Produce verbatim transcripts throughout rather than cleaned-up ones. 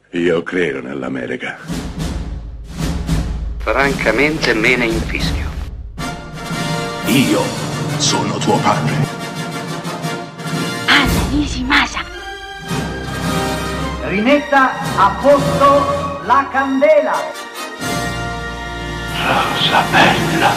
Io credo nell'America. Francamente me ne infischio. Io sono tuo padre. Anna Nishimasa. Rimetta a posto la candela. Rosa bella.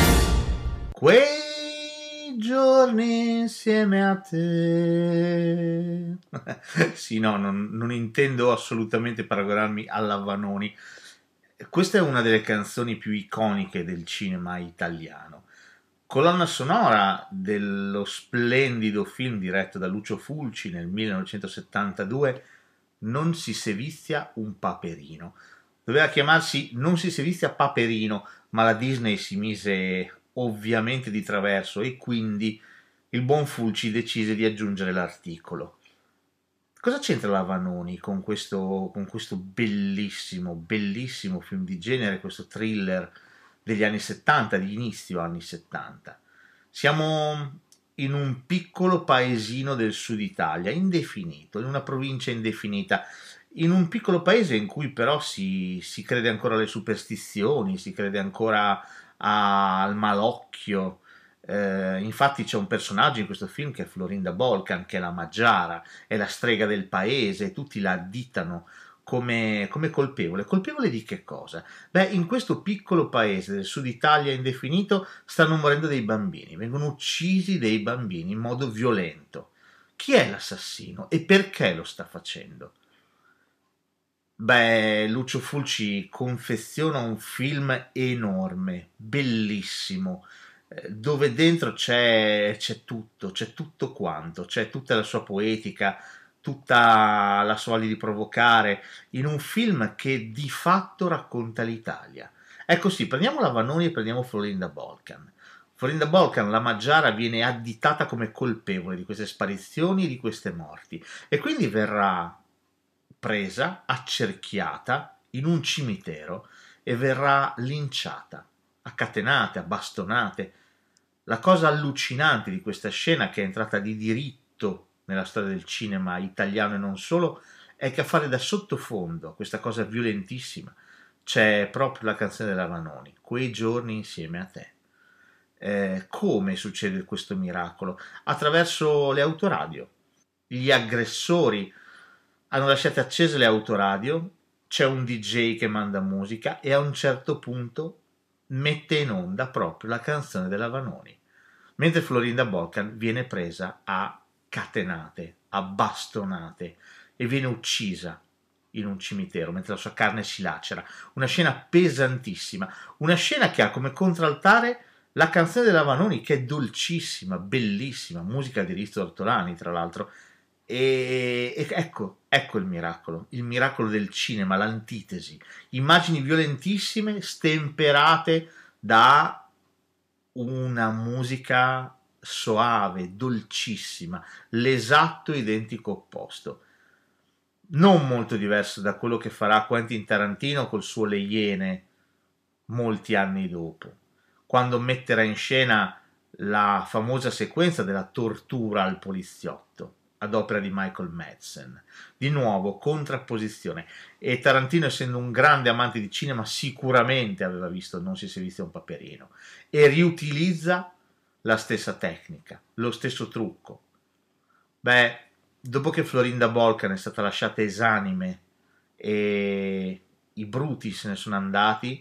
Quei giorni insieme a te. Sì, no, non, non intendo assolutamente paragonarmi alla Vanoni. Questa è una delle canzoni più iconiche del cinema italiano. Colonna sonora dello splendido film diretto da Lucio Fulci nel millenovecentosettantadue, Non si sevizia un paperino. Doveva chiamarsi Non si sevizia Paperino, ma la Disney si mise ovviamente di traverso e quindi il buon Fulci decise di aggiungere l'articolo. Cosa c'entra la Vanoni con questo, con questo bellissimo, bellissimo film di genere, questo thriller degli anni settanta, di inizio anni settanta? Siamo in un piccolo paesino del sud Italia, indefinito, in una provincia indefinita, in un piccolo paese in cui però si, si crede ancora alle superstizioni, si crede ancora a- al malocchio. Eh, infatti c'è un personaggio in questo film che è Florinda Bolkan, che è la Maggiara, è la strega del paese, e tutti la additano come, come colpevole. Colpevole di che cosa? Beh, in questo piccolo paese del sud Italia indefinito stanno morendo dei bambini, vengono uccisi dei bambini in modo violento. Chi è l'assassino e perché lo sta facendo? Beh, Lucio Fulci confeziona un film enorme, bellissimo, eh, dove dentro c'è, c'è tutto, c'è tutto quanto, c'è tutta la sua poetica, tutta la sua voglia di provocare, in un film che di fatto racconta l'Italia. Ecco sì, prendiamo la Vanoni e prendiamo Florinda Bolkan. Florinda Bolkan, la Maggiara, viene additata come colpevole di queste sparizioni e di queste morti, e quindi verrà presa, accerchiata in un cimitero e verrà linciata, accatenate, abbastonate. La cosa allucinante di questa scena, che è entrata di diritto nella storia del cinema italiano e non solo, è che a fare da sottofondo a questa cosa violentissima c'è proprio la canzone della Vanoni, Quei giorni insieme a te. Eh, come succede questo miracolo? Attraverso le autoradio. Gli aggressori hanno lasciato accese le autoradio, c'è un D J che manda musica e a un certo punto mette in onda proprio la canzone della Vanoni, mentre Florinda Bolkan viene presa a catenate, a bastonate e viene uccisa in un cimitero mentre la sua carne si lacera. Una scena pesantissima, una scena che ha come contraltare la canzone della Vanoni, che è dolcissima, bellissima, musica di Risto Ortolani tra l'altro. E, e ecco, ecco il miracolo, il miracolo del cinema, l'antitesi. Immagini violentissime stemperate da una musica soave, dolcissima, l'esatto identico opposto. Non molto diverso da quello che farà Quentin Tarantino col suo Le Iene molti anni dopo, quando metterà in scena la famosa sequenza della tortura al poliziotto ad opera di Michael Madsen. Di nuovo contrapposizione, e Tarantino, essendo un grande amante di cinema, sicuramente aveva visto Non si sevizia un paperino e riutilizza la stessa tecnica, lo stesso trucco. Beh, dopo che Florinda Bolkan è stata lasciata esanime e i bruti se ne sono andati,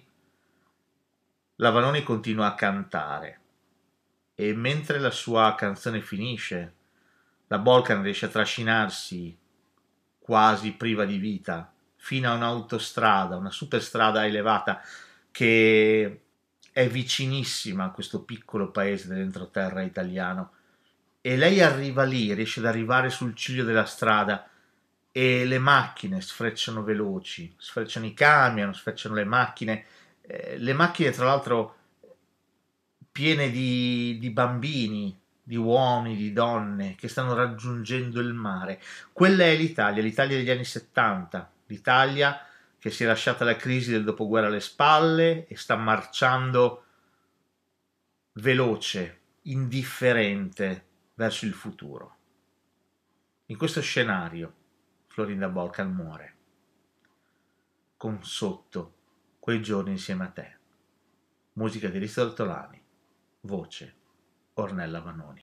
la Vanoni continua a cantare, e mentre la sua canzone finisce, la Bolkan riesce a trascinarsi quasi priva di vita fino a un'autostrada, una superstrada elevata che è vicinissima a questo piccolo paese dell'entroterra italiano, e lei arriva lì, riesce ad arrivare sul ciglio della strada e le macchine sfrecciano veloci, sfrecciano i camion, sfrecciano le macchine, eh, le macchine tra l'altro piene di, di bambini, di uomini, di donne che stanno raggiungendo il mare. Quella è l'Italia, l'Italia degli anni settanta, l'Italia che si è lasciata la crisi del dopoguerra alle spalle e sta marciando veloce, indifferente verso il futuro. In questo scenario Florinda Bolkan muore. con sotto quei giorni insieme a te. Musica di Risto Ortolani, voce Ornella Vanoni.